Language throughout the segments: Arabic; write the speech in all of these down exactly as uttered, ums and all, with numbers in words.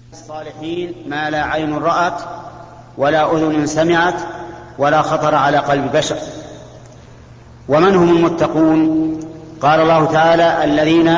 الصالحين ما لا عين رأت ولا أذن سمعت ولا خطر على قلب بشر. ومن هم المتقون؟ قال الله تعالى: الذين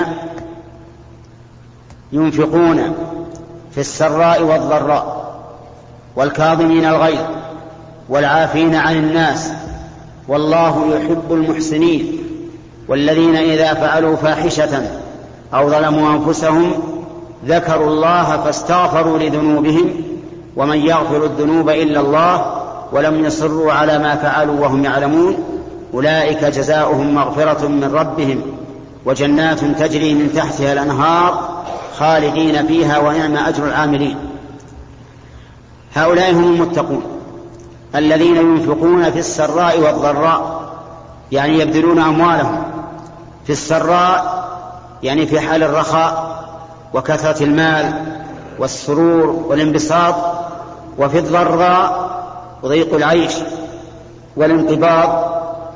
ينفقون في السراء والضراء والكاظمين الغيظ والعافين عن الناس والله يحب المحسنين والذين إذا فعلوا فاحشة أو ظلموا أنفسهم ذكروا الله فاستغفروا لذنوبهم ومن يغفر الذنوب إلا الله ولم يصروا على ما فعلوا وهم يعلمون أولئك جزاؤهم مغفرة من ربهم وجنات تجري من تحتها الأنهار خالدين فيها ونعم أجر العاملين. هؤلاء هم المتقون الذين ينفقون في السراء والضراء، يعني يبذلون أموالهم في السراء يعني في حال الرخاء وكثرة المال والسرور والانبساط، وفي الضراء ضيق العيش والانقباض.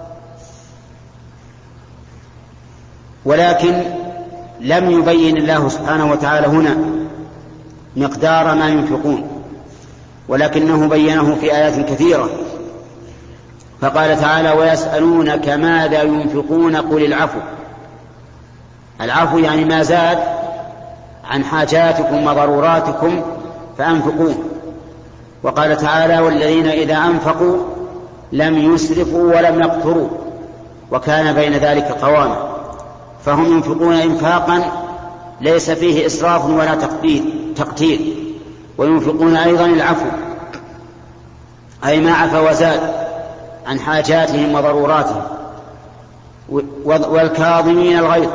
ولكن لم يبين الله سبحانه وتعالى هنا مقدار ما ينفقون، ولكنه بينه في آيات كثيرة، فقال تعالى: ويسألونك ماذا ينفقون قل العفو. العفو يعني ما زاد عن حاجاتكم وضروراتكم فأنفقوه. وقال تعالى: والذين إذا أنفقوا لم يسرفوا ولم يقتروا وكان بين ذلك قواما. فهم ينفقون إنفاقا ليس فيه إسراف ولا تقتير، وينفقون أيضا العفو أي ما عفى وزاد عن حاجاتهم وضروراتهم. والكاظمين الغيظ،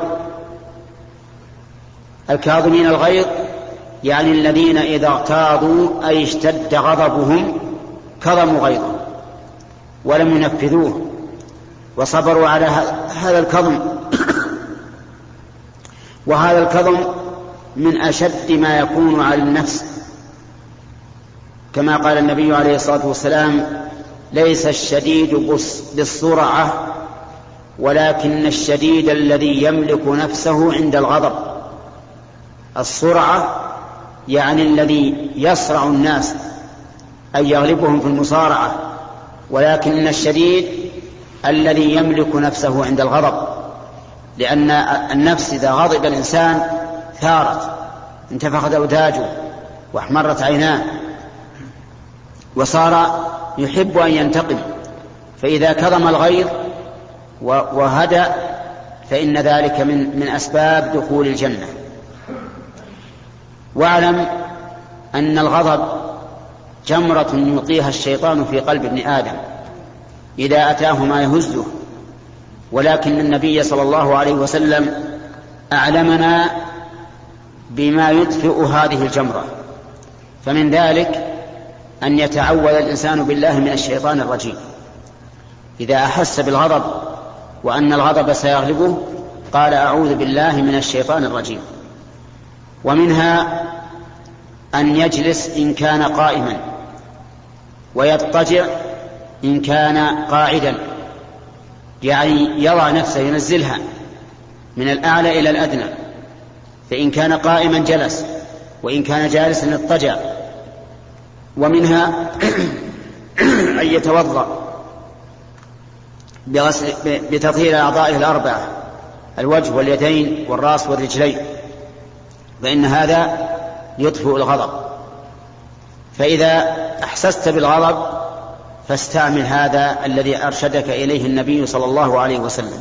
الكاظمين الغيظ يعني الذين إذا اغتاظوا أي اشتد غضبهم كظموا غيظا ولم ينفذوه وصبروا على هذا الكظم. وهذا الكظم من أشد ما يكون على النفس، كما قال النبي عليه الصلاة والسلام: ليس الشديد بالسرعة ولكن الشديد الذي يملك نفسه عند الغضب. السرعة يعني الذي يصرع الناس أي يغلبهم في المصارعة، ولكن الشديد الذي يملك نفسه عند الغضب، لأن النفس إذا غضب الإنسان ثارت، انتفخت أوداجه واحمرت عيناه وصار يحب أن ينتقم. فإذا كظم الغيظ وهدأ فإن ذلك من, من أسباب دخول الجنة. واعلم أن الغضب جمرة يلقيها الشيطان في قلب ابن آدم إذا أتاه ما يهزه، ولكن النبي صلى الله عليه وسلم أعلمنا بما يطفئ هذه الجمرة. فمن ذلك أن يتعوذ الإنسان بالله من الشيطان الرجيم. إذا أحس بالغضب وأن الغضب سيغلبه قال: أعوذ بالله من الشيطان الرجيم. ومنها أن يجلس إن كان قائما ويضطجع إن كان قاعدا، يعني يضع نفسه ينزلها من الأعلى إلى الأدنى. فإن كان قائما جلس وإن كان جالسا اضطجع. ومنها أن يتوضأ بتطهير أعضائه الأربعة: الوجه واليدين والرأس والرجلين، فإن هذا يطفئ الغضب. فإذا أحسست بالغضب فاستعمل هذا الذي أرشدك إليه النبي صلى الله عليه وسلم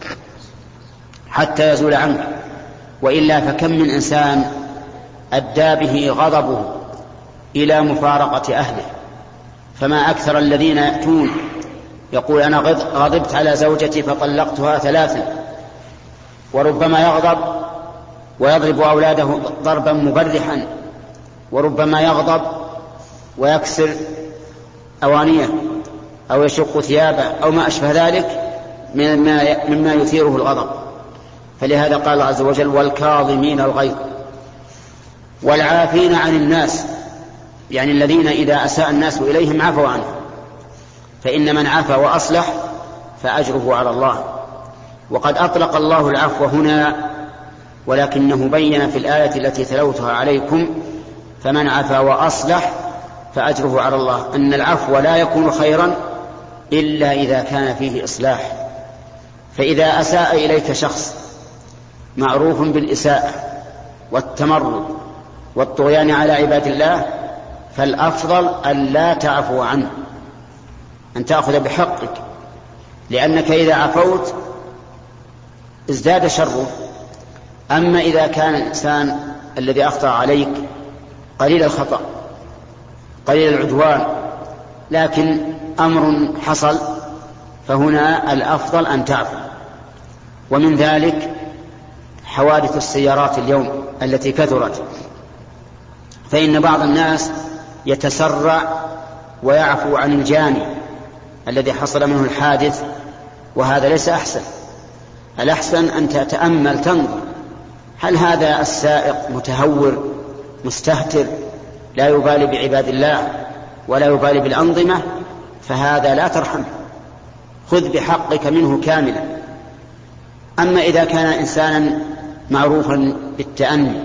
حتى يزول عنك، وإلا فكم من إنسان أدى به غضبه إلى مفارقة أهله. فما أكثر الذين يأتون يقول: أنا غضبت على زوجتي فطلقتها ثلاثا، وربما يغضب ويضرب أولاده ضربا مبرحا، وربما يغضب ويكسر أوانيه أو يشق ثيابه أو ما أشبه ذلك مما يثيره الغضب. فلهذا قال الله عز وجل: والكاظمين الغيظ والعافين عن الناس، يعني الذين إذا أساء الناس إليهم عفوا عنه. فإن من عفا وأصلح فأجره على الله. وقد أطلق الله العفو هنا، ولكنه بين في الآية التي تلوتها عليكم فمن عفا وأصلح فأجره على الله، أن العفو لا يكون خيرا إلا إذا كان فيه إصلاح. فإذا أساء إليك شخص معروف بالإساءة والتمرد والطغيان على عباد الله، فالأفضل أن لا تعفو عنه، أن تأخذ بحقك، لأنك إذا عفوت ازداد شره. أما إذا كان الإنسان الذي أخطأ عليك قليل الخطأ قليل العدوان لكن أمر حصل، فهنا الأفضل أن تعفو. ومن ذلك حوادث السيارات اليوم التي كثرت، فإن بعض الناس يتسرع ويعفو عن الجاني الذي حصل منه الحادث، وهذا ليس أحسن. الأحسن أن تتأمل تنظر هل هذا السائق متهور مستهتر لا يبالي بعباد الله ولا يبالي بالأنظمة، فهذا لا ترحمه، خذ بحقك منه كاملا. أما إذا كان إنسانا معروفا بالتأني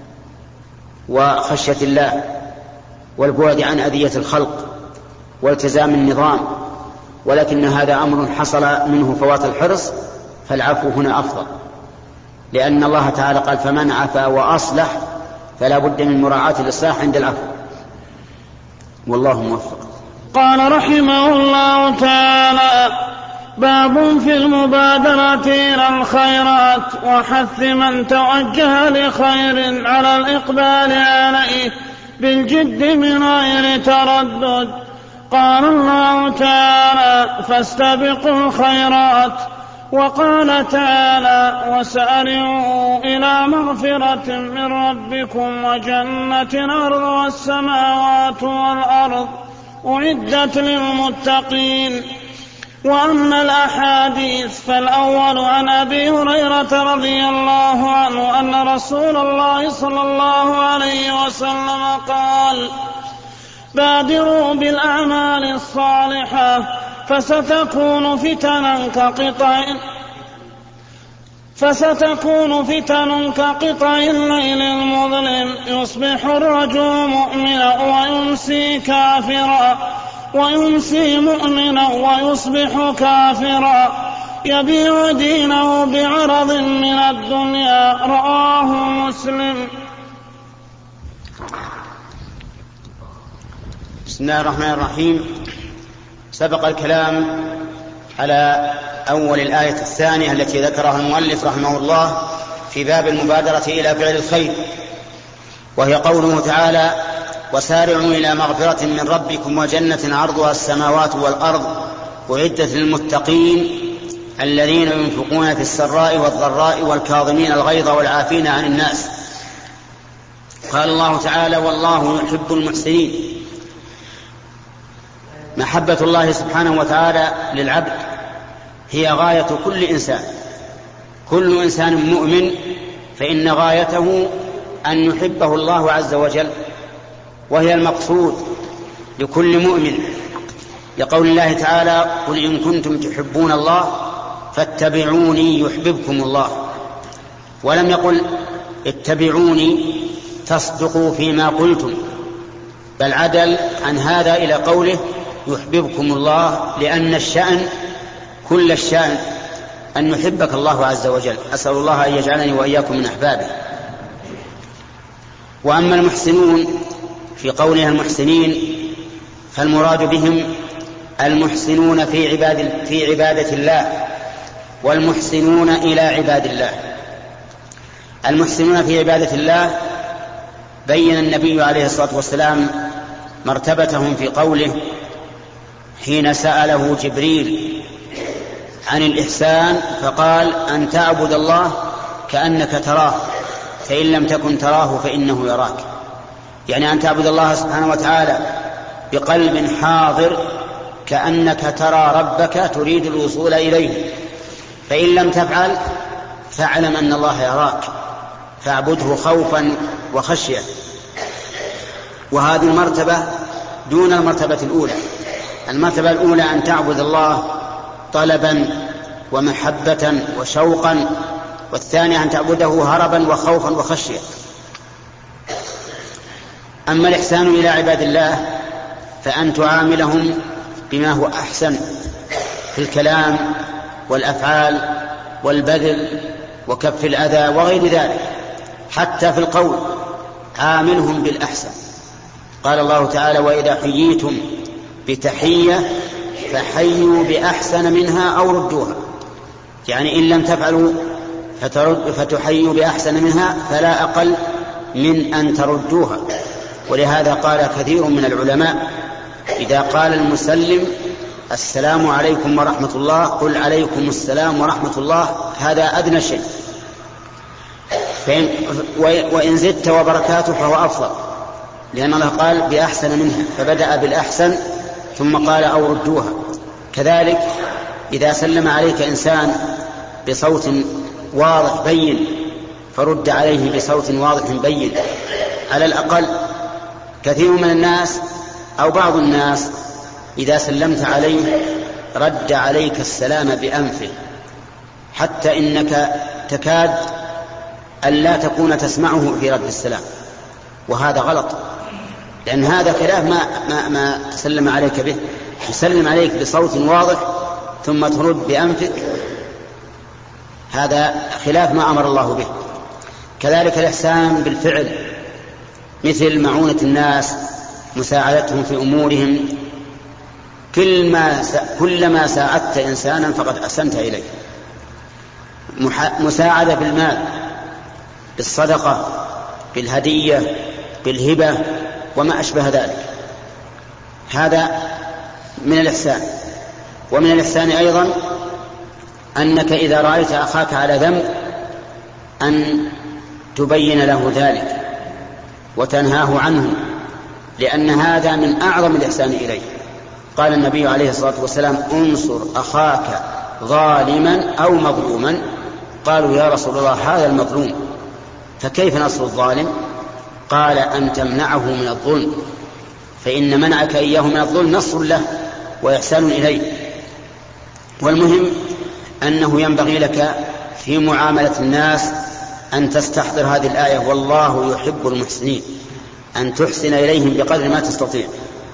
وخشية الله والبعد عن أذية الخلق والتزام النظام، ولكن هذا أمر حصل منه فوات الحرص، فالعفو هنا أفضل، لأن الله تعالى قال فمن عفا وأصلح فلا بد من مراعاة الإصلاح عند العفو، والله موفق. قال رحمه الله تعالى: باب في المبادرة إلى الخيرات وحث من توجه لخير على الإقبال عليه بالجد من غير تردد. قال الله تعالى: فاستبقوا الخيرات، وقال تعالى: وسارعوا إلى مغفرة من ربكم وجنة أرضها السماوات والأرض أعدت للمتقين. وأما الأحاديث فالأول عن أبي هريرة رضي الله عنه أن رسول الله صلى الله عليه وسلم قال: بادروا بالأعمال الصالحة فستكون فتنا كقطع فستكون فتن كقطع الليل المظلم، يصبح الرجل مؤمنا ويمسي كافرا ويمسي مؤمنا ويصبح كافرا، يبيع دينه بعرض من الدنيا. رواه مسلم. بسم الله الرحمن الرحيم. سبق الكلام على أول الآية الثانية التي ذكرها المؤلف رحمه الله في باب المبادرة إلى فعل الخير، وهي قوله تعالى: وسارعوا إلى مغفرة من ربكم وجنة عرضها السماوات والأرض أعدت للمتقين الذين ينفقون في السراء والضراء والكاظمين الغيظ والعافين عن الناس. قال الله تعالى: والله يحب المحسنين. محبة الله سبحانه وتعالى للعبد هي غاية كل إنسان. كل إنسان مؤمن فإن غايته أن يحبه الله عز وجل، وهي المقصود لكل مؤمن، لقول الله تعالى: قل إن كنتم تحبون الله فاتبعوني يحببكم الله. ولم يقل اتبعوني تصدقوا فيما قلتم، بل عدل عن هذا إلى قوله يحببكم الله، لأن الشأن كل الشأن أن يحبك الله عز وجل. أسأل الله أن يجعلني وإياكم من أحبابه. وأما المحسنون في قولها المحسنين فالمراد بهم المحسنون في عباد في عبادة الله والمحسنون إلى عباد الله. المحسنون في عبادة الله بين النبي عليه الصلاة والسلام مرتبتهم في قوله حين سأله جبريل عن الإحسان فقال: أن تعبد الله كأنك تراه فإن لم تكن تراه فإنه يراك. يعني أن تعبد الله سبحانه وتعالى بقلب حاضر كأنك ترى ربك تريد الوصول إليه، فإن لم تفعل فاعلم أن الله يراك، فاعبده خوفا وخشية. وهذه المرتبة دون المرتبة الأولى. المرتبة الأولى أن تعبد الله طلبا ومحبة وشوقا، والثانية أن تعبده هربا وخوفا وخشية. أما الإحسان إلى عباد الله فأن تعاملهم بما هو أحسن في الكلام والأفعال والبذل وكف الأذى وغير ذلك، حتى في القول عاملهم بالأحسن. قال الله تعالى: وإذا حييتم بتحية فحيوا بأحسن منها أو ردوها، يعني إن لم تفعلوا فترد فتحيوا بأحسن منها فلا أقل من أن تردوها. ولهذا قال كثير من العلماء: إذا قال المسلم السلام عليكم ورحمة الله قل عليكم السلام ورحمة الله، هذا أدنى شيء، وإن زدت وبركاته فهو أفضل، لأن الله قال بأحسن منها فبدأ بالأحسن ثم قال أو ردوها. كذلك إذا سلم عليك إنسان بصوت واضح بين فرد عليه بصوت واضح بين. على الأقل كثير من الناس أو بعض الناس إذا سلمت عليه رد عليك السلام بأنفه، حتى إنك تكاد أن لا تكون تسمعه في رد السلام، وهذا غلط، لأن هذا خلاف ما, ما, ما تسلم عليك به. يسلم عليك بصوت واضح ثم ترد بأنفك، هذا خلاف ما أمر الله به. كذلك الإحسان بالفعل، مثل معونة الناس، مساعدتهم في أمورهم. كلما ساعدت إنسانا فقد أحسنت إليه. مساعدة بالمال، بالصدقة، بالهدية، بالهبة وما أشبه ذلك، هذا من الإحسان. ومن الإحسان أيضا أنك إذا رأيت أخاك على ذنب أن تبين له ذلك وتنهاه عنه، لأن هذا من أعظم الإحسان إليه. قال النبي عليه الصلاة والسلام: انصر أخاك ظالما أو مظلوما. قالوا: يا رسول الله هذا المظلوم، فكيف نصر الظالم؟ قال: أن تمنعه من الظلم، فإن منعك إياه من الظلم نصر له وإحسان إليه. والمهم أنه ينبغي لك في معاملة الناس أن تستحضر هذه الآية: والله يحب المحسنين، أن تحسن إليهم بقدر ما تستطيع.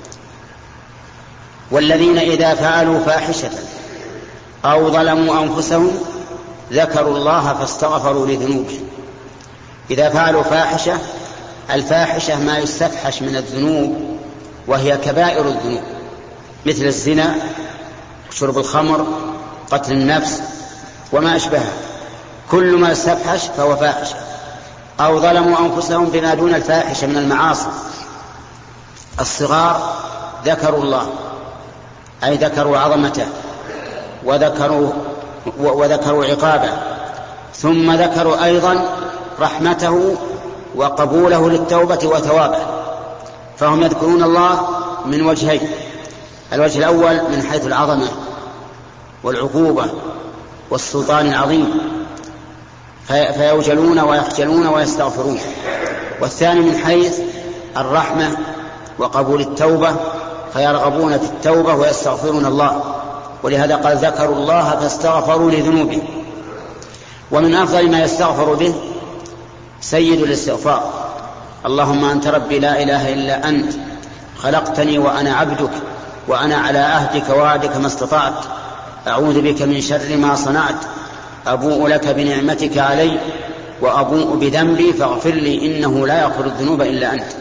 والذين إذا فعلوا فاحشة أو ظلموا أنفسهم ذكروا الله فاستغفروا لذنوبهم. إذا فعلوا فاحشة، الفاحشة ما يستفحش من الذنوب وهي كبائر الذنوب، مثل الزنا، شرب الخمر، قتل النفس وما أشبهها، كل ما يستفحش فهو فاحشة. أو ظلموا أنفسهم بما دون الفاحشة من المعاصي الصغار، ذكروا الله، أي ذكروا عظمته وذكروا, وذكروا عقابه، ثم ذكروا أيضا رحمته وقبوله للتوبة وثوابه. فهم يذكرون الله من وجهين: الوجه الأول من حيث العظمة والعقوبة والسلطان العظيم فيوجلون ويخجلون ويستغفرون، والثاني من حيث الرحمة وقبول التوبة فيرغبون في التوبة ويستغفرون الله. ولهذا قال: ذكروا الله فاستغفروا لذنوبهم. ومن أفضل ما يستغفر به سيد الاستغفار: اللهم أنت ربي لا إله إلا أنت، خلقتني وأنا عبدك، وأنا على عهدك ووعدك ما استطعت، أعوذ بك من شر ما صنعت، أبوء لك بنعمتك علي وأبوء بذنبي فاغفر لي إنه لا يغفر الذنوب إلا أنت.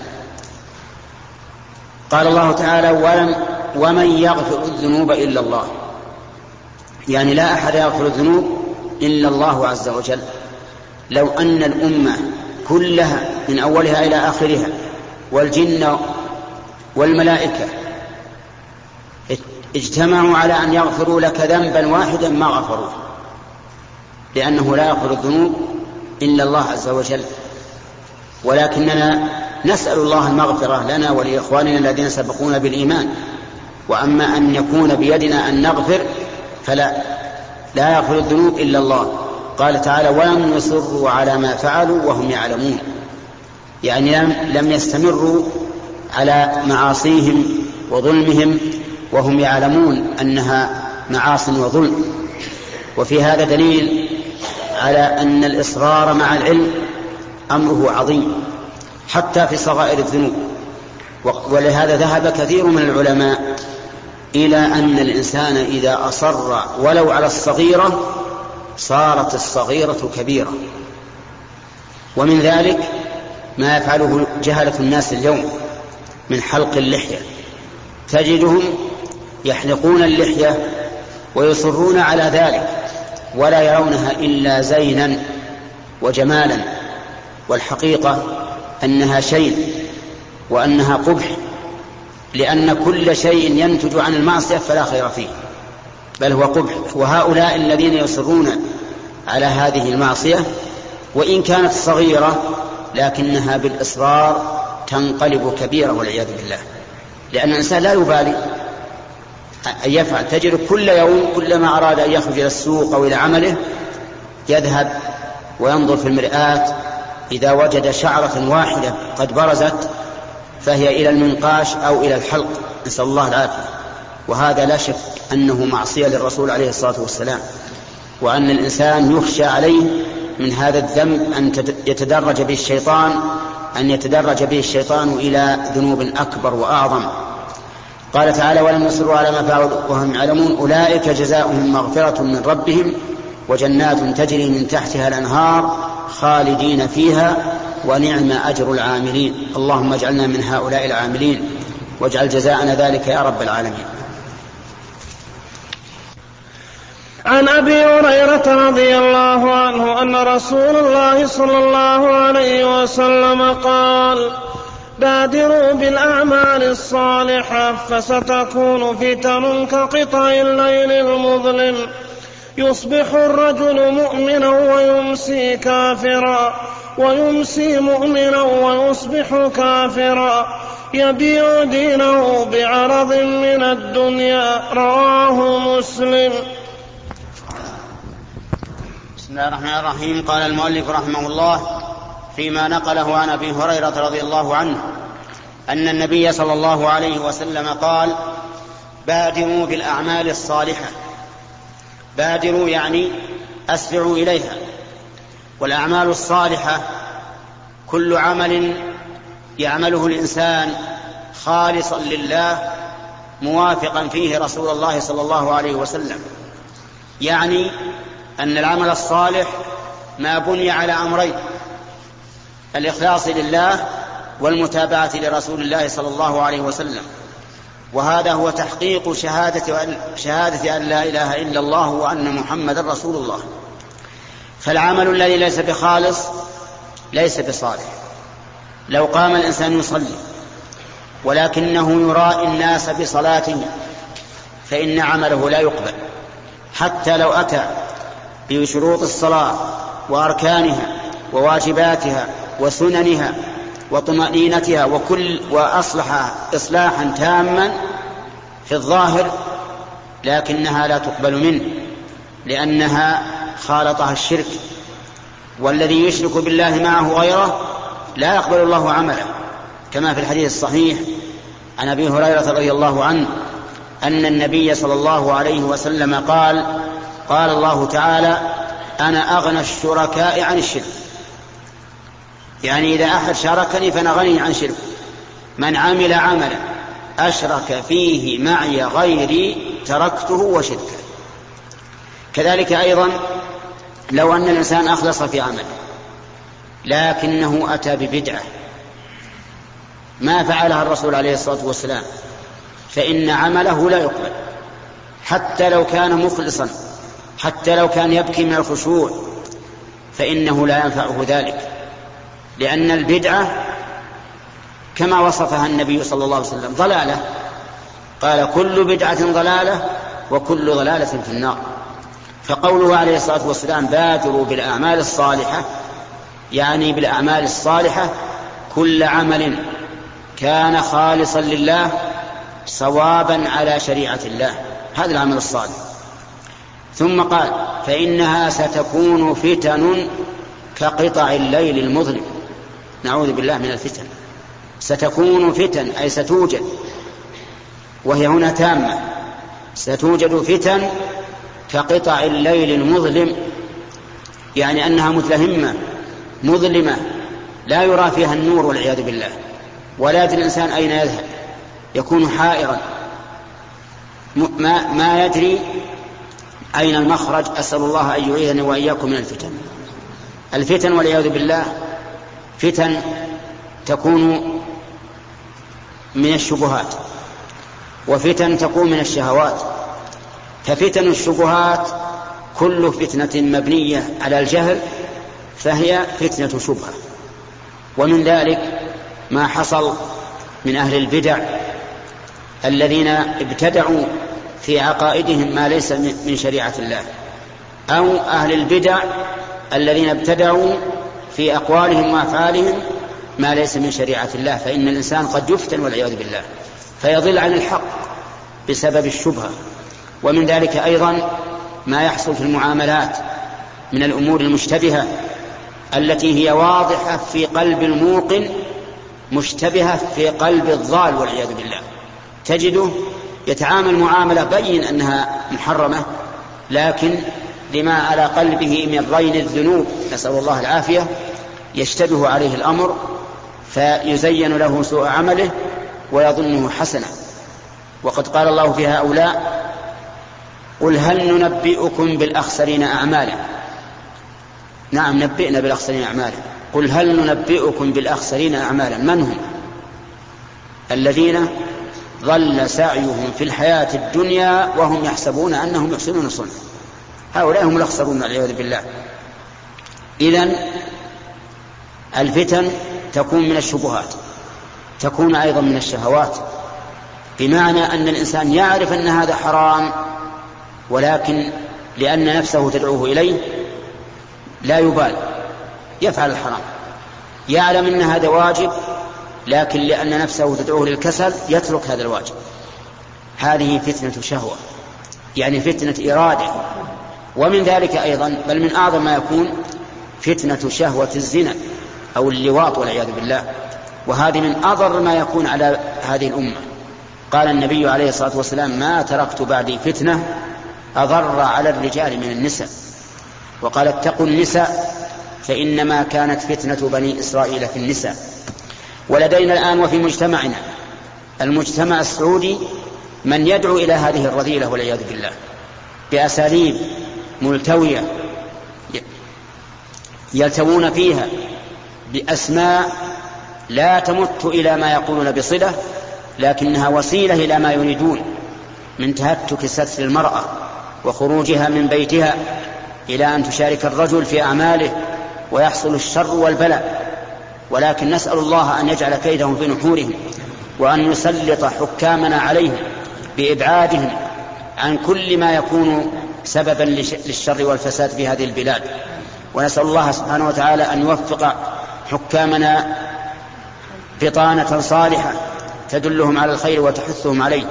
قال الله تعالى: ولم ومن يغفر الذنوب إلا الله، يعني لا أحد يغفر الذنوب إلا الله عز وجل. لو أن الأمة كلها من أولها إلى آخرها والجن والملائكة اجتمعوا على أن يغفروا لك ذنبا واحدا ما غفروه، لأنه لا يغفر الذنوب إلا الله عز وجل. ولكننا نسأل الله المغفرة لنا ولإخواننا الذين سبقونا بالإيمان، وأما أن يكون بيدنا أن نغفر فلا، لا يغفر الذنوب إلا الله. قال تعالى: ولم يصروا على ما فعلوا وهم يعلمون، يعني لم يستمروا على معاصيهم وظلمهم وهم يعلمون أنها معاصٍ وظلم. وفي هذا دليل على أن الإصرار مع العلم أمره عظيم حتى في صغائر الذنوب. ولهذا ذهب كثير من العلماء إلى أن الإنسان إذا أصر ولو على الصغيرة صارت الصغيرة كبيرة. ومن ذلك ما يفعله جهلة الناس اليوم من حلق اللحية، تجدهم يحلقون اللحية ويصرون على ذلك ولا يرونها إلا زينا وجمالا، والحقيقة أنها شيء وأنها قبح، لأن كل شيء ينتج عن المعصية فلا خير فيه بل هو قبح. وهؤلاء الذين يصرون على هذه المعصية وإن كانت صغيرة لكنها بالإصرار تنقلب كبيرة والعياذ بالله، لأن الإنسان لا يبالي أن يفعل. تجد كل يوم كلما أراد أن يخرج إلى السوق أو إلى عمله يذهب وينظر في المرآة، إذا وجد شعرة واحدة قد برزت فهي إلى المنقاش أو إلى الحلق، نسأل الله العافية. وهذا لا شك أنه معصية للرسول عليه الصلاة والسلام، وأن الإنسان يخشى عليه من هذا الذنب أن يتدرج به الشيطان أن يتدرج به الشيطان إلى ذنوب أكبر وأعظم. قال تعالى: ولم يصروا على ما فعلوا وهم يعلمون أولئك جزاؤهم مغفرة من ربهم وجنات تجري من تحتها الأنهار خالدين فيها ونعم أجر العاملين. اللهم اجعلنا من هؤلاء العاملين واجعل جزاءنا ذلك يا رب العالمين. عن أبي هريرة رضي الله عنه أن رسول الله صلى الله عليه وسلم قال: بادروا بالأعمال الصالحة فستكون فتن كقطع الليل المظلم، يصبح الرجل مؤمنا ويمسي كافرا ويمسي مؤمنا ويصبح كافرا يبيع دينه بعرض من الدنيا. رواه مسلم. بسم الله الرحمن الرحيم. قال المؤلف رحمه الله فيما نقله عن أبي هريرة رضي الله عنه أن النبي صلى الله عليه وسلم قال: بادروا بالأعمال الصالحة. بادروا يعني أسرعوا إليها. والأعمال الصالحة كل عمل يعمله الإنسان خالصا لله موافقا فيه رسول الله صلى الله عليه وسلم، يعني أن العمل الصالح ما بني على أمرين: الإخلاص لله والمتابعة لرسول الله صلى الله عليه وسلم. وهذا هو تحقيق شهادة أن, شهادة أن لا إله إلا الله وأن محمد رسول الله. فالعمل الذي ليس بخالص ليس بصالح. لو قام الإنسان يصلي ولكنه يرائي الناس بصلاته فإن عمله لا يقبل، حتى لو أتى بشروط الصلاة وأركانها وواجباتها وسننها وطمأنينتها وكل وأصلح إصلاحا تاما في الظاهر، لكنها لا تقبل منه لأنها خالطها الشرك. والذي يشرك بالله معه غيره لا يقبل الله عمله، كما في الحديث الصحيح عن أبي هريرة رضي الله عنه أن النبي صلى الله عليه وسلم قال: قال الله تعالى: أنا أغنى الشركاء عن الشرك. يعني إذا أحد شاركني فأنا غني عن شرك. من عمل عملا أشرك فيه معي غيري تركته وشركه. كذلك أيضا لو أن الإنسان أخلص في عمله لكنه أتى ببدعة ما فعلها الرسول عليه الصلاة والسلام فإن عمله لا يقبل، حتى لو كان مخلصا، حتى لو كان يبكي من الخشوع فإنه لا ينفعه ذلك، لأن البدعة كما وصفها النبي صلى الله عليه وسلم ضلالة. قال: كل بدعة ضلالة وكل ضلالة في النار. فقوله عليه الصلاة والسلام: بادروا بالأعمال الصالحة، يعني بالأعمال الصالحة كل عمل كان خالصا لله صوابا على شريعة الله، هذا العمل الصالح. ثم قال: فإنها ستكون فتن كقطع الليل المظلم. نعوذ بالله من الفتن. ستكون فتن أي ستوجد، وهي هنا تامة، ستوجد فتن كقطع الليل المظلم، يعني أنها متلهمة مظلمة لا يرى فيها النور والعياذ بالله. ولا يدري الإنسان أين يذهب، يكون حائرا ما, ما يدري أين المخرج. أسأل الله أن يعيذني وإياكم من الفتن. الفتن والعياذ بالله فتن تكون من الشبهات، وفتن تكون من الشهوات. ففتن الشبهات كل فتنة مبنية على الجهل فهي فتنة شبهة. ومن ذلك ما حصل من أهل البدع الذين ابتدعوا في عقائدهم ما ليس من شريعة الله، أو أهل البدع الذين ابتدعوا في أقوالهم وأفعالهم ما ليس من شريعة الله. فإن الإنسان قد يفتن والعياذ بالله فيضل عن الحق بسبب الشبهة. ومن ذلك أيضا ما يحصل في المعاملات من الأمور المشتبهة التي هي واضحة في قلب الموقن مشتبهة في قلب الضال والعياذ بالله. تجده يتعامل معاملة بين أنها محرمة، لكن لما على قلبه من رين الذنوب نسأل الله العافية يشتبه عليه الأمر فيزين له سوء عمله ويظنه حسنا. وقد قال الله في هؤلاء: قل هل ننبئكم بالأخسرين أعمالا. نعم، نبئنا بالأخسرين أعمالا. قل هل ننبئكم بالأخسرين أعمالا. من هم؟ الذين ضل سعيهم في الحياة الدنيا وهم يحسبون أنهم يحسنون صنعا. هؤلاء هم الأخسرون والعياذ بالله. إذن الفتن تكون من الشبهات، تكون أيضا من الشهوات، بمعنى أن الإنسان يعرف أن هذا حرام ولكن لأن نفسه تدعوه إليه لا يبال يفعل الحرام. يعلم أن هذا واجب لكن لأن نفسه تدعوه للكسل يترك هذا الواجب. هذه فتنة شهوة، يعني فتنة إرادة. ومن ذلك أيضا بل من أعظم ما يكون فتنة شهوة الزنا أو اللواط والعياذ بالله، وهذه من أضر ما يكون على هذه الأمة. قال النبي عليه الصلاة والسلام: ما تركت بعدي فتنة أضر على الرجال من النساء. وقال: اتقوا النساء فإنما كانت فتنة بني إسرائيل في النساء. ولدينا الآن وفي مجتمعنا المجتمع السعودي من يدعو إلى هذه الرذيلة والعياذ بالله بأساليب ملتوية يلتوون فيها بأسماء لا تمت إلى ما يقولون بصلة، لكنها وسيلة إلى ما يريدون من تهتك ستر المرأة وخروجها من بيتها إلى أن تشارك الرجل في أعماله ويحصل الشر والبلاء. ولكن نسأل الله أن يجعل كيدهم في نحورهم وأن يسلط حكامنا عليهم بإبعادهم عن كل ما يكون سببا للشر والفساد في هذه البلاد. ونسأل الله سبحانه وتعالى أن يوفق حكامنا بطانة صالحة تدلهم على الخير وتحثهم عليه.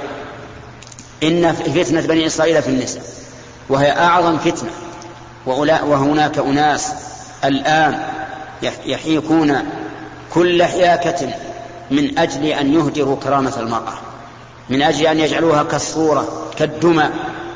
إن فتنة بني إسرائيل في النساء وهي أعظم فتنة، وهناك أناس الآن يحيكون كل حياكة من أجل أن يهدروا كرامة المرأة، من أجل أن يجعلوها كالصورة كالدمى،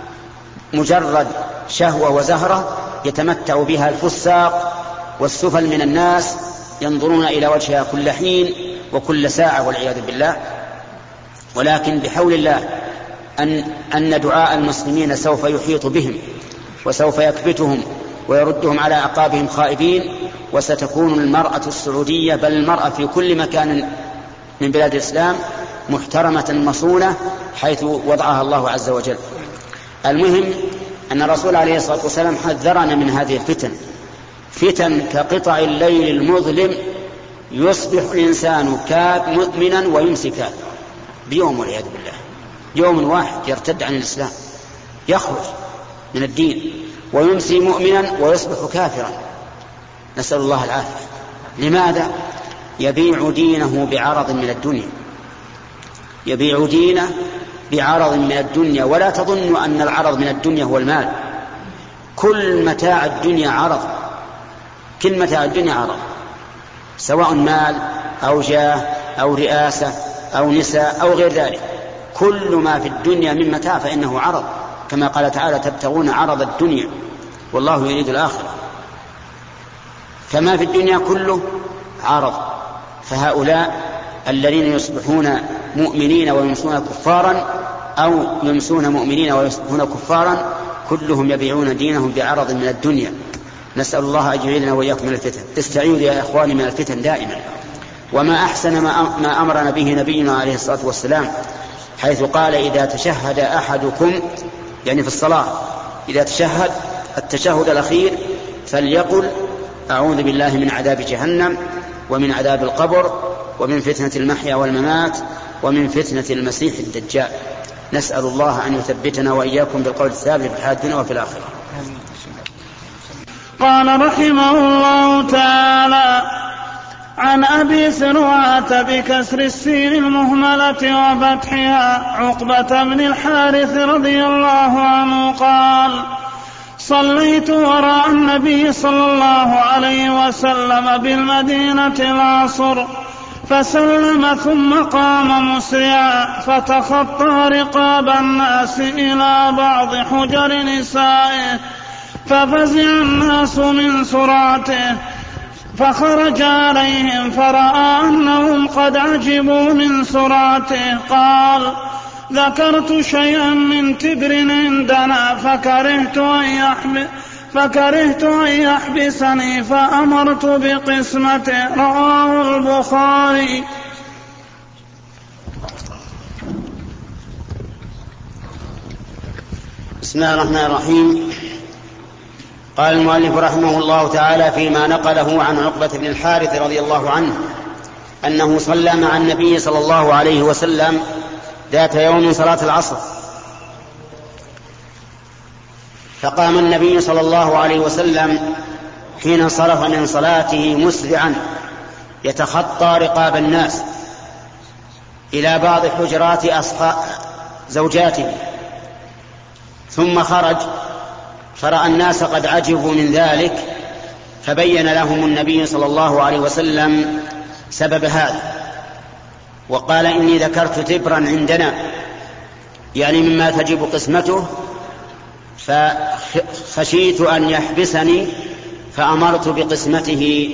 مجرد شهوة وزهرة يتمتع بها الفساق والسفل من الناس ينظرون إلى وجهها كل حين وكل ساعة والعياذ بالله. ولكن بحول الله أن, أن دعاء المسلمين سوف يحيط بهم وسوف يكبتهم ويردهم على أعقابهم خائبين، وستكون المرأة السعودية بل المرأة في كل مكان من بلاد الإسلام محترمة مصونة حيث وضعها الله عز وجل. المهم أن الرسول عليه الصلاة والسلام حذرنا من هذه الفتن، فتن كقطع الليل المظلم يصبح الإنسان مؤمنا ويمسي كافرا بيوم والعياذ بالله. يوم واحد يرتد عن الإسلام يخرج من الدين، ويمسي مؤمنا ويصبح كافرا، نسأل الله العافية. لماذا؟ يبيع دينه بعرض من الدنيا، يبيع دينه بعرض من الدنيا. ولا تظن أن العرض من الدنيا هو المال، كل متاع الدنيا عرض، كل متاع الدنيا عرض، سواء مال أو جاه أو رئاسة أو نساء أو غير ذلك. كل ما في الدنيا من متاع فإنه عرض، كما قال تعالى: تبتغون عرض الدنيا والله يريد الآخرة. فما في الدنيا كله عرض. فهؤلاء الذين يصبحون مؤمنين ويمسون كفارا أو يمسون مؤمنين ويصبحون كفارا كلهم يبيعون دينهم بعرض من الدنيا. نسأل الله أن يعيذنا وإياكم من الفتن. استعيذوا يا إخواني من الفتن دائما. وما أحسن ما أمرنا به نبينا عليه الصلاة والسلام حيث قال إذا تشهد أحدكم يعني في الصلاة إذا تشهد التشهد الأخير فليقل أعوذ بالله من عذاب جهنم ومن عذاب القبر ومن فتنة المحيا والممات ومن فتنة المسيح الدجال. نسأل الله أن يثبتنا وإياكم بالقول الثابت في الحياة الدنيا وفي الآخرة. قال رحمه الله تعالى عن أبي سروعة بكسر السين المهملة وفتحها عقبة بن الحارث رضي الله عنه قال صليت وراء النبي صلى الله عليه وسلم بالمدينة العصر فسلم ثم قام مسرعا فتخطى رقاب الناس إلى بعض حجر نسائه ففزع الناس من سرعته فخرج عليهم فرأى أنهم قد عجبوا من سرعته قال ذكرت شيئا من تبر عندنا فكرهت أن يحبس فكرهت أن يحبسني فأمرت بقسمته. رواه البخاري. بسم الله الرحمن الرحيم. قال المؤلف رحمه الله تعالى فيما نقله عن عقبة بن الحارث رضي الله عنه أنه صلى مع النبي صلى الله عليه وسلم ذات يوم صلاة العصر فقام النبي صلى الله عليه وسلم حين انصرف من صلاته مسرعا يتخطى رقاب الناس إلى بعض حجرات زوجاته ثم خرج فرأى الناس قد عجبوا من ذلك فبين لهم النبي صلى الله عليه وسلم سبب هذا وقال إني ذكرت تبرا عندنا يعني مما تجب قسمته فخشيت أن يحبسني فأمرت بقسمته.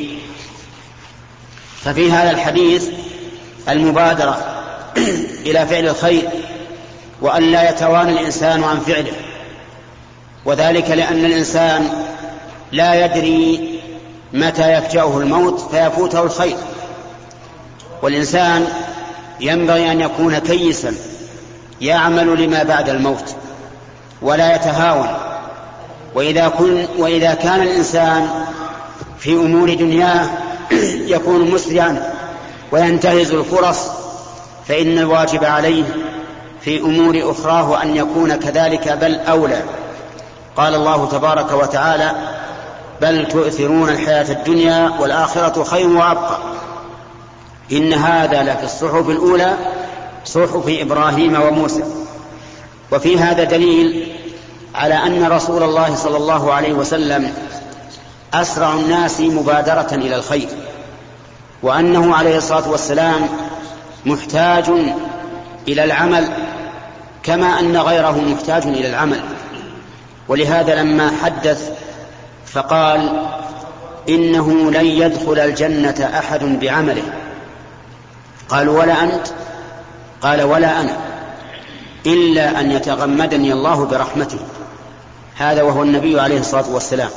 ففي هذا الحديث المبادرة إلى فعل الخير وأن لا يتوانى الإنسان عن فعله وذلك لأن الإنسان لا يدري متى يفجأه الموت فيفوته الخير والإنسان ينبغي أن يكون كيسا يعمل لما بعد الموت ولا يتهاون. وإذا, كن وإذا كان الإنسان في أمور دنياه يكون مسرعا وينتهز الفرص فإن الواجب عليه في أمور أخراه أن يكون كذلك بل أولى. قال الله تبارك وتعالى بل تؤثرون الحياة الدنيا والآخرة خير وأبقى إن هذا لفي الصحف الأولى صحف إبراهيم وموسى. وفي هذا دليل على أن رسول الله صلى الله عليه وسلم أسرع الناس مبادرة إلى الخير وأنه عليه الصلاة والسلام محتاج إلى العمل كما أن غيره محتاج إلى العمل. ولهذا لما حدث فقال إنه لن يدخل الجنة أحد بعمله قالوا ولا أنت؟ قال ولا أنا إلا أن يتغمدني الله برحمته. هذا وهو النبي عليه الصلاة والسلام.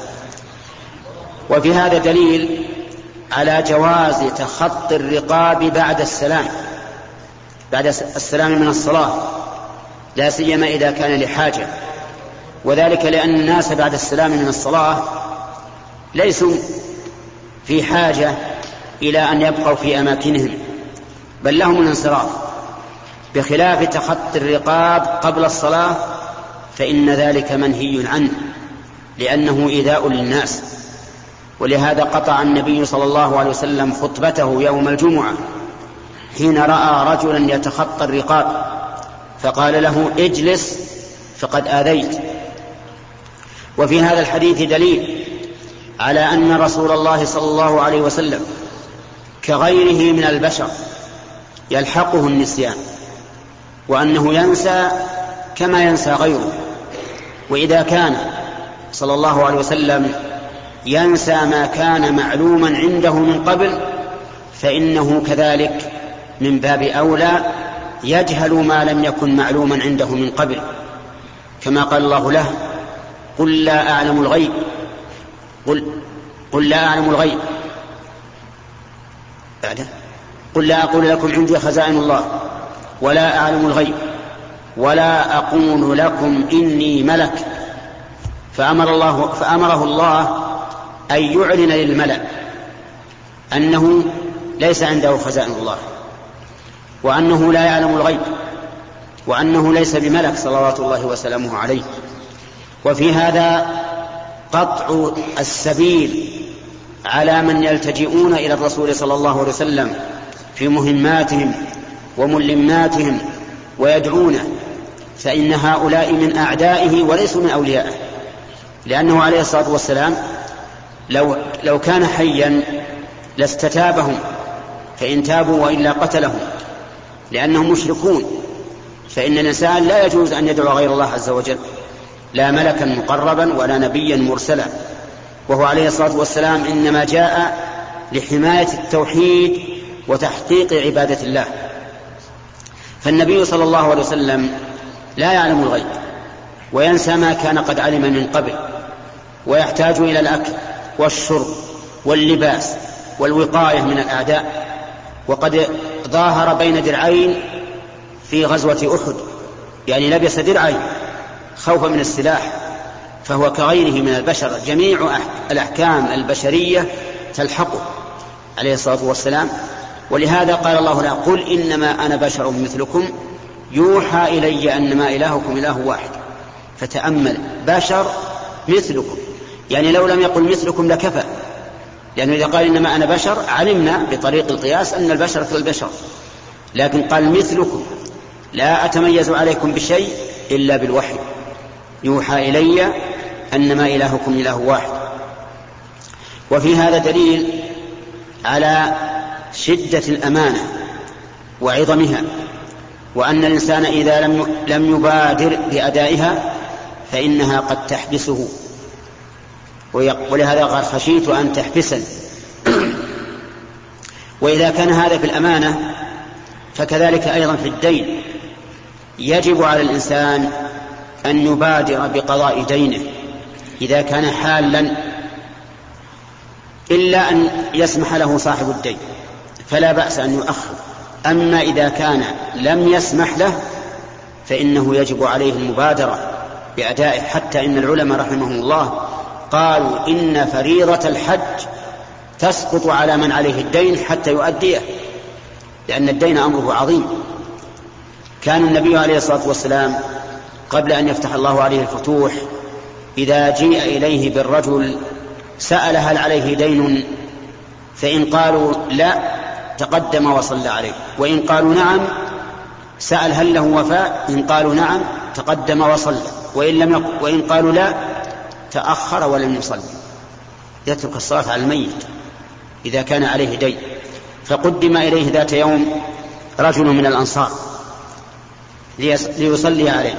وفي هذا دليل على جواز تخطي الرقاب بعد السلام بعد السلام من الصلاة لا سيما إذا كان لحاجة وذلك لأن الناس بعد السلام من الصلاة ليسوا في حاجة إلى أن يبقوا في أماكنهم بل لهم الانصراف بخلاف تخطي الرقاب قبل الصلاة فإن ذلك منهي عنه لأنه إيذاء للناس. ولهذا قطع النبي صلى الله عليه وسلم خطبته يوم الجمعة حين رأى رجلا يتخطى الرقاب فقال له اجلس فقد آذيت. وفي هذا الحديث دليل على أن رسول الله صلى الله عليه وسلم كغيره من البشر يلحقه النسيان وأنه ينسى كما ينسى غيره. وإذا كان صلى الله عليه وسلم ينسى ما كان معلوما عنده من قبل فإنه كذلك من باب أولى يجهل ما لم يكن معلوما عنده من قبل، كما قال الله له: قل لا أعلم الغيب قل, قل لا أعلم الغيب بعده قل لا أقول لكم عندي خزائن الله ولا أعلم الغيب ولا أقول لكم إني ملك. فأمر الله فأمره الله أن يعلن للملأ أنه ليس عنده خزائن الله، وأنه لا يعلم الغيب، وأنه ليس بملك صلوات الله وسلامه عليه. وفي هذا قطع السبيل على من يلتجئون إلى الرسول صلى الله عليه وسلم في مهماتهم وملماتهم ويدعونه، فإن هؤلاء من أعدائه وليسوا من أوليائه، لأنه عليه الصلاة والسلام لو, لو كان حيا لاستتابهم، فإن تابوا وإلا قتلهم، لأنهم مشركون. فإن الإنسان لا يجوز أن يدعو غير الله عز وجل، لا ملكا مقربا ولا نبيا مرسلا، وهو عليه الصلاة والسلام إنما جاء لحماية التوحيد وتحقيق عبادة الله. فالنبي صلى الله عليه وسلم لا يعلم الغيب، وينسى ما كان قد علم من قبل، ويحتاج إلى الأكل والشرب واللباس والوقاية من الأعداء. وقد ظاهر بين درعين في غزوة أحد، يعني لبس درعين خوفا من السلاح، فهو كغيره من البشر، جميع الأحكام البشرية تلحقه عليه الصلاة والسلام. ولهذا قال الله له: قل إنما أنا بشر مثلكم يوحى إلي أنما إلهكم إله واحد. فتأمل، بشر مثلكم، يعني لو لم يقل مثلكم لكفى، لأنه إذا قال إنما أنا بشر علمنا بطريق القياس أن البشر كالبشر، لكن قال مثلكم، لا أتميز عليكم بشيء إلا بالوحي، يوحى إلي أنما إلهكم إله واحد. وفي هذا دليل على شدة الأمانة وعظمها، وأن الإنسان إذا لم لم يبادر بأدائها فإنها قد تحبسه. ولهذا قال: خشيت أن تحبسني. وإذا كان هذا في الأمانة فكذلك أيضا في الدين، يجب على الإنسان أن يبادر بقضاء دينه إذا كان حالا، إلا أن يسمح له صاحب الدين فلا بأس أن يؤخر. أما إذا كان لم يسمح له فإنه يجب عليه المبادرة بأدائه، حتى إن العلماء رحمهم الله قالوا إن فريضة الحج تسقط على من عليه الدين حتى يؤديه، لأن الدين أمره عظيم. كان النبي عليه الصلاة والسلام قبل أن يفتح الله عليه الفتوح إذا جيء إليه بالرجل سأل هل عليه دين، فإن قالوا لا تقدم وصلى عليه، وإن قالوا نعم سأل هل له وفاء، إن قالوا نعم تقدم وصلى، وإن, لم يق... وإن قالوا لا تأخر ولم يصلي، يترك الصلاة على الميت إذا كان عليه دين. فقدم إليه ذات يوم رجل من الأنصار ليصلي عليه،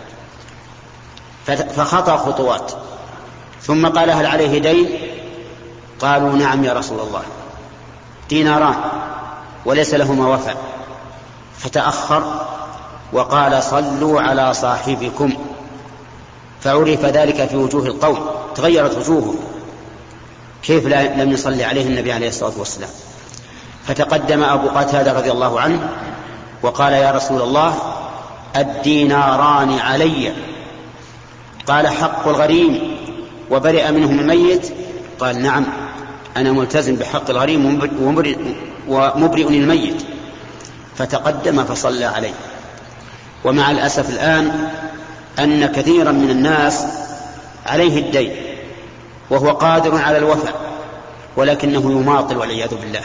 فخطأ خطوات، ثم قال هل عليه دين؟ قالوا نعم يا رسول الله، ديناران وليس لهما وفاء. فتأخر وقال صلوا على صاحبكم، فعرف ذلك في وجوه القوم، تغيرت وجوههم، كيف لم يصلي عليه النبي عليه الصلاة والسلام. فتقدم أبو قتادة رضي الله عنه وقال يا رسول الله الديناران علي. قال حق الغريم وبرئ منهم الميت؟ قال نعم أنا ملتزم بحق الغريم ومبرئ الميت. فتقدم فصلى عليه. ومع الأسف الآن أن كثيرا من الناس عليه الدين وهو قادر على الوفاء، ولكنه يماطل والعياذ بالله.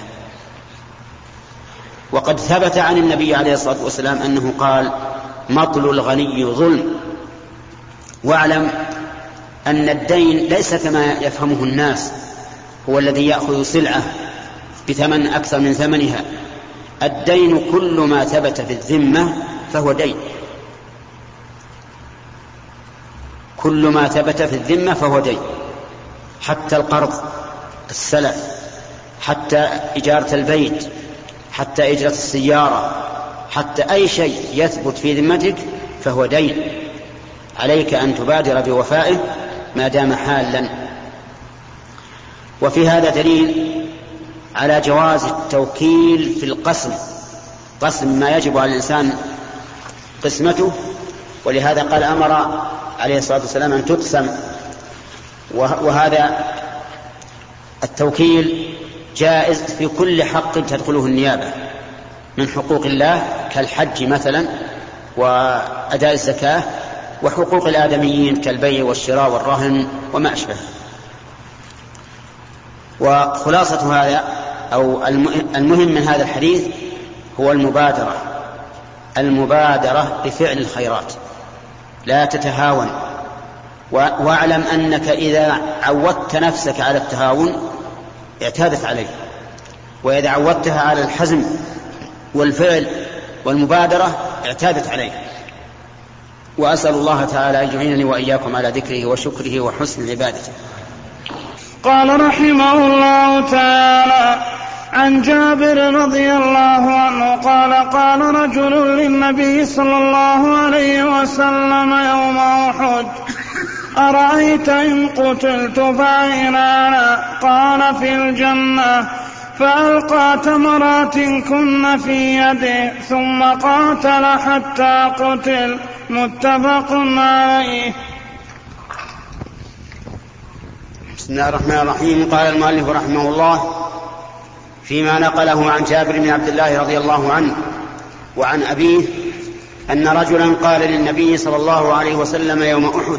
وقد ثبت عن النبي عليه الصلاة والسلام أنه قال مطل الغني ظلم. واعلم أن الدين ليس كما يفهمه الناس، هو الذي يأخذ سلعة بثمن أكثر من ثمنها. الدين كل ما ثبت في الذمة فهو دين، كل ما ثبت في الذمة فهو دين، حتى القرض، السلف، حتى إجارة البيت، حتى إجرة السيارة، حتى أي شيء يثبت في ذمتك فهو دين، عليك أن تبادر بوفائه ما دام حالا. وفي هذا دليل على جواز التوكيل في القسم، قسم ما يجب على الإنسان قسمته، ولهذا قال أمر عليه الصلاة والسلام أن تقسم. وهذا التوكيل جائز في كل حق تدخله النيابة من حقوق الله كالحج مثلا وأداء الزكاة، وحقوق الآدميين كالبيع والشراء والرهن وما أشبه. وخلاصة هذا أو المهم من هذا الحديث هو المبادرة، المبادرة بفعل الخيرات، لا تتهاون. واعلم أنك إذا عودت نفسك على التهاون اعتادت عليه، وإذا عودتها على الحزم والفعل والمبادرة اعتادت عليه. وأسأل الله تعالى أن يعينني وإياكم على ذكره وشكره وحسن عبادته. قال رحمه الله تعالى: عن جابر رضي الله عنه قال: قال رجل للنبي صلى الله عليه وسلم يوم أحد: أرأيت إن قتلت فأين أنا؟ قال: في الجنة. فألقى تمرات كن في يده ثم قاتل حتى قتل. متفق عليه. بسم الله الرحمن الرحيم. قال المؤلف رحمه الله فيما نقله عن جابر بن عبد الله رضي الله عنه وعن أبيه أن رجلا قال للنبي صلى الله عليه وسلم يوم أحد: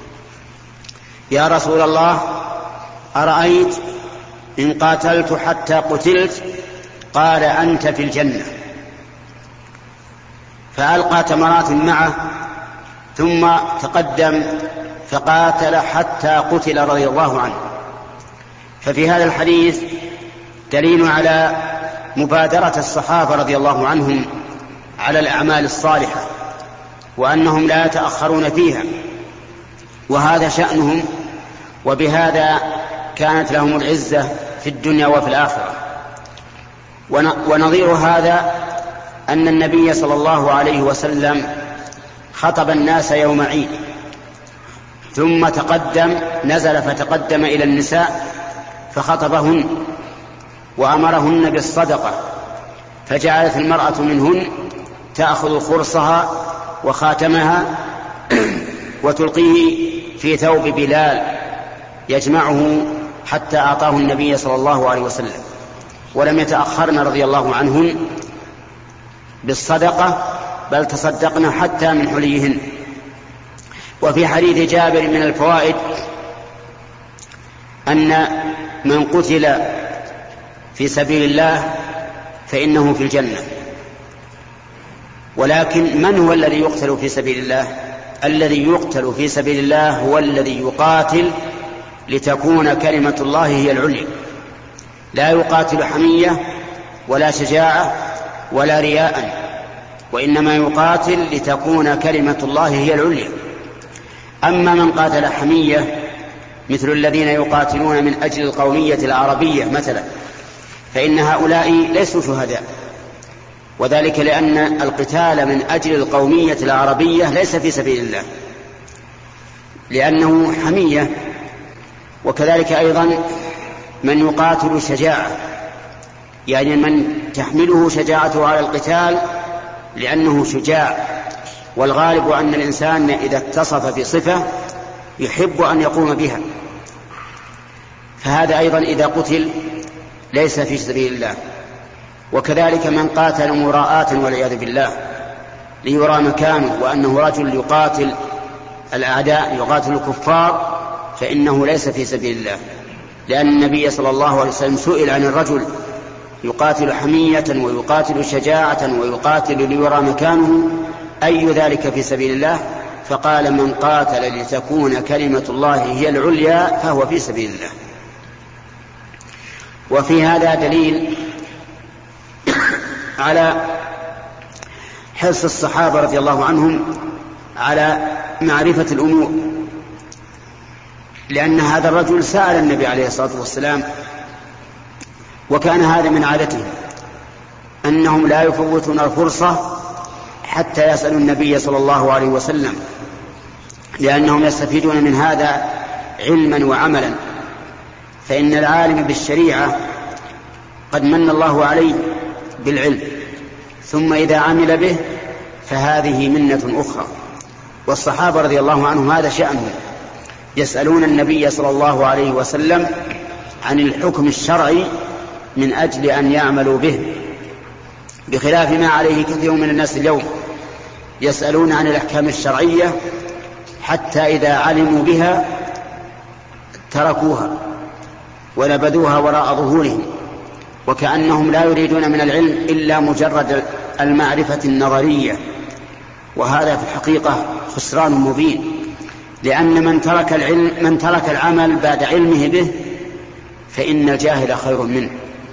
يا رسول الله، أرأيت إن قاتلت حتى قتلت؟ قال: أنت في الجنة. فألقى تمرات معه ثم تقدم فقاتل حتى قتل رضي الله عنه. ففي هذا الحديث دليل على مبادرة الصحابة رضي الله عنهم على الأعمال الصالحة، وأنهم لا يتأخرون فيها، وهذا شأنهم، وبهذا كانت لهم العزة في الدنيا وفي الآخرة. ونظير هذا أن النبي صلى الله عليه وسلم خطب الناس يوم عيد، ثم تقدم نزل فتقدم إلى النساء فخطبهن وأمرهن بالصدقة، فجعلت المرأة منهن تأخذ خرصها وخاتمها وتلقيه في ثوب بلال يجمعه حتى أعطاه النبي صلى الله عليه وسلم، ولم يتأخرن رضي الله عنهن بالصدقة، بل تصدقن حتى من حليهن. وفي حديث جابر من الفوائد أن من قتل في سبيل الله فإنه في الجنة. ولكن من هو الذي يقتل في سبيل الله؟ الذي يقتل في سبيل الله هو الذي يقاتل لتكون كلمة الله هي العليا، لا يقاتل حمية ولا شجاعة ولا رياء، وإنما يقاتل لتكون كلمة الله هي العليا. أما من قاتل حمية مثل الذين يقاتلون من أجل القومية العربية مثلا، فإن هؤلاء ليسوا شهداء، وذلك لأن القتال من أجل القومية العربية ليس في سبيل الله، لأنه حمية. وكذلك أيضا من يقاتل شجاعة، يعني من تحمله شجاعته على القتال لأنه شجاع، والغالب أن الإنسان إذا اتصف بصفة يحب أن يقوم بها، فهذا أيضا إذا قتل ليس في سبيل الله. وكذلك من قاتل مراءة والعياذ بالله ليرى مكانه وأنه رجل يقاتل الأعداء يقاتل الكفار، فإنه ليس في سبيل الله، لأن النبي صلى الله عليه وسلم سئل عن الرجل يقاتل حمية ويقاتل شجاعة ويقاتل ليرى مكانه أي ذلك في سبيل الله؟ فقال: من قاتل لتكون كلمة الله هي العليا فهو في سبيل الله. وفي هذا دليل على حرص الصحابة رضي الله عنهم على معرفة الأمور، لأن هذا الرجل سأل النبي عليه الصلاة والسلام، وكان هذا من عادته أنهم لا يفوتون الفرصة حتى يسألوا النبي صلى الله عليه وسلم، لأنهم يستفيدون من هذا علما وعملا. فإن العالم بالشريعة قد من الله عليه بالعلم، ثم إذا عمل به فهذه منة أخرى. والصحابة رضي الله عنهم هذا شأنهم، يسألون النبي صلى الله عليه وسلم عن الحكم الشرعي من أجل أن يعملوا به، بخلاف ما عليه كثير من الناس اليوم، يسألون عن الأحكام الشرعية حتى إذا علموا بها تركوها ونبذوها وراء ظهورهم، وكأنهم لا يريدون من العلم إلا مجرد المعرفة النظرية، وهذا في الحقيقة خسران مبين، لأن من ترك العلم من ترك العمل بعد علمه به فإن الجاهل خير منه.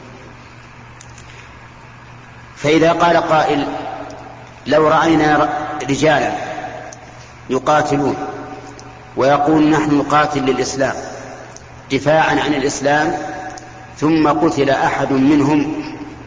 فإذا قال قائل: لو رأينا رجالا يقاتلون ويقول نحن نقاتل للإسلام دفاعا عن الإسلام، ثم قتل أحد منهم،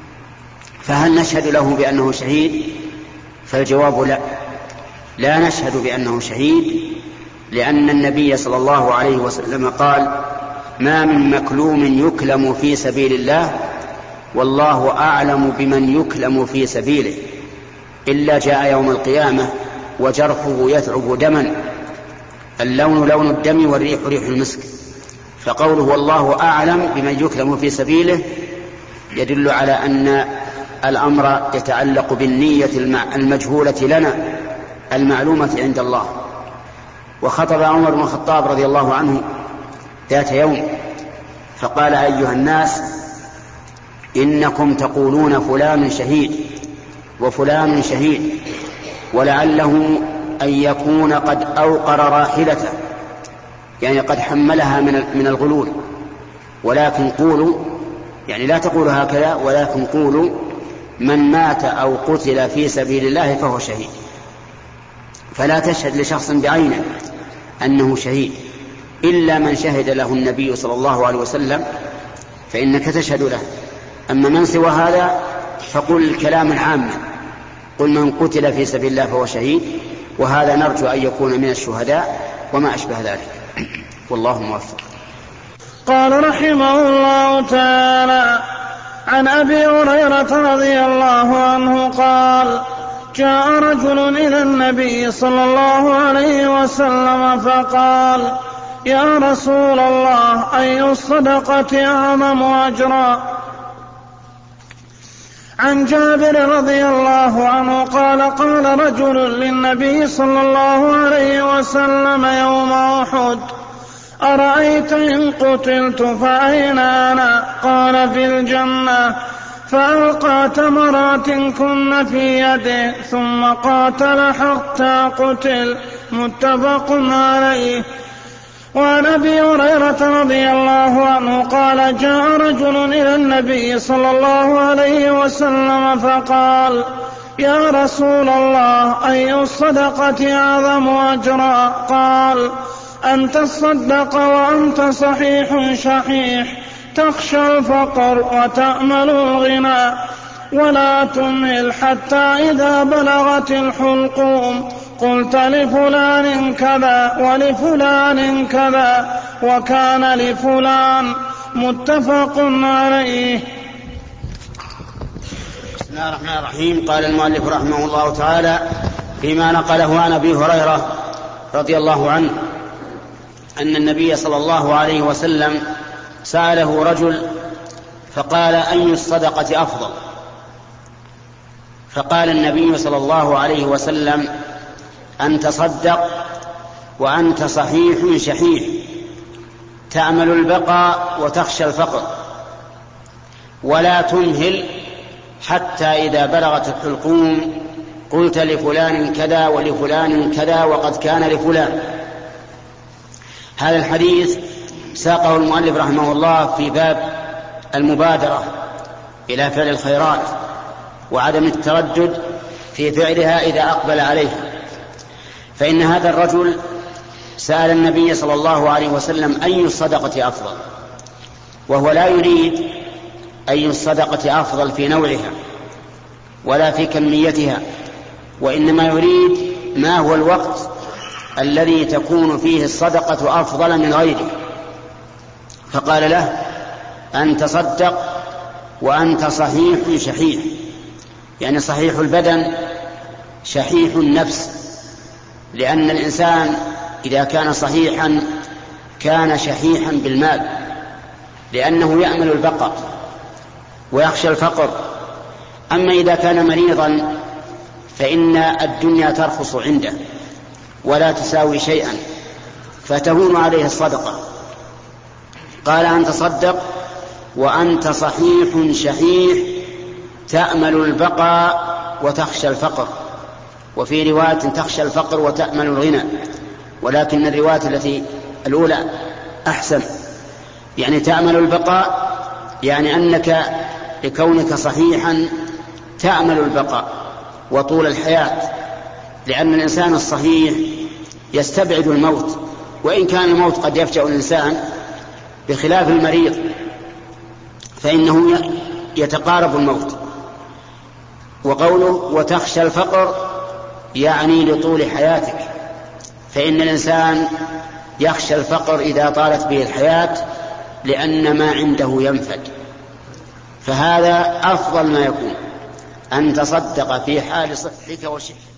فهل نشهد له بأنه شهيد؟ فالجواب لا، لا نشهد بأنه شهيد، لأن النبي صلى الله عليه وسلم قال: ما من مكلوم يكلم في سبيل الله والله أعلم بمن يكلم في سبيله إلا جاء يوم القيامة وجرحه يثعب دما، اللون لون الدم والريح ريح المسك. فقوله والله أعلم بمن يكلم في سبيله يدل على أن الأمر يتعلق بالنية المجهولة لنا المعلومة عند الله. وخطب عمر بن الخطاب رضي الله عنه ذات يوم فقال: أيها الناس، إنكم تقولون فلان شهيد وفلان شهيد، ولعله أن يكون قد أوقر راحلته، يعني قد حملها من الغلول، ولكن قولوا، يعني لا تقولوا هكذا، ولكن قولوا من مات أو قتل في سبيل الله فهو شهيد. فلا تشهد لشخص بعينه أنه شهيد إلا من شهد له النبي صلى الله عليه وسلم، فإنك تشهد له. أما من سوى هذا فقل الكلام العام، قل من قتل في سبيل الله فهو شهيد، وهذا نرجو أن يكون من الشهداء وما أشبه ذلك، والله موفق. قال رحمه الله تعالى: عن أبي هريرة رضي الله عنه قال: جاء رجل إلى النبي صلى الله عليه وسلم فقال: يا رسول الله، أي الصدقة أعظم أجرا؟ عن جابر رضي الله عنه قال: قال رجل للنبي صلى الله عليه وسلم يوم أحد: أرأيت إن قتلت فأين أنا؟ قال: في الجنة. فألقى تمرات كن في يده ثم قاتل حتى قتل، متفق عليه. وعن أبي هريرة رضي الله عنه قال: جاء رجل إلى النبي صلى الله عليه وسلم فقال: يا رسول الله، أي الصدقة أعظم أجرا؟ قال: أن تصدق وأنت صحيح شحيح، تخشى الفقر وتأمل الغنى، ولا تمهل حتى إذا بلغت الحلقوم قلت لفلان كذا ولفلان كذا وكان لفلان، متفق عليه. بسم الله الرحمن الرحيم. قال المؤلف رحمه الله تعالى فيما نقله عن أبي هريرة رضي الله عنه أن النبي صلى الله عليه وسلم سأله رجل فقال: أي الصدقة أفضل؟ فقال النبي صلى الله عليه وسلم: أن تصدق وأنت صحيح شحيح، تأمل البقاء وتخشى الفقر، ولا تمهل حتى إذا بلغت الحلقوم قلت لفلان كذا ولفلان كذا وقد كان لفلان. هذا الحديث ساقه المؤلف رحمه الله في باب المبادرة إلى فعل الخيرات وعدم التردد في فعلها إذا أقبل عليها. فإن هذا الرجل سأل النبي صلى الله عليه وسلم: أي الصدقة أفضل؟ وهو لا يريد أي الصدقة أفضل في نوعها، ولا في كميتها، وإنما يريد ما هو الوقت الذي تكون فيه الصدقة أفضل من غيره. فقال له: أن تصدق وأنت صحيح شحيح، يعني صحيح البدن شحيح النفس، لأن الإنسان إذا كان صحيحا كان شحيحا بالمال، لأنه يأمل البقاء ويخشى الفقر. أما إذا كان مريضا فإن الدنيا ترخص عنده ولا تساوي شيئا، فتهون عليه الصدقة. قال: أن تصدق وأنت صحيح شحيح تأمل البقاء وتخشى الفقر، وفي رواية تخشى الفقر وتأمل الغنى، ولكن الرواية التي الأولى أحسن، يعني تأمل البقاء، يعني أنك لكونك صحيحا تأمل البقاء وطول الحياة، لأن الإنسان الصحيح يستبعد الموت، وإن كان الموت قد يفجأ الإنسان، بخلاف المريض فإنه يتقارب الموت. وقوله وتخشى الفقر يعني لطول حياتك، فإن الإنسان يخشى الفقر إذا طالت به الحياة، لأن ما عنده ينفد. فهذا أفضل ما يكون، أن تصدق في حال صحتك وشحتك.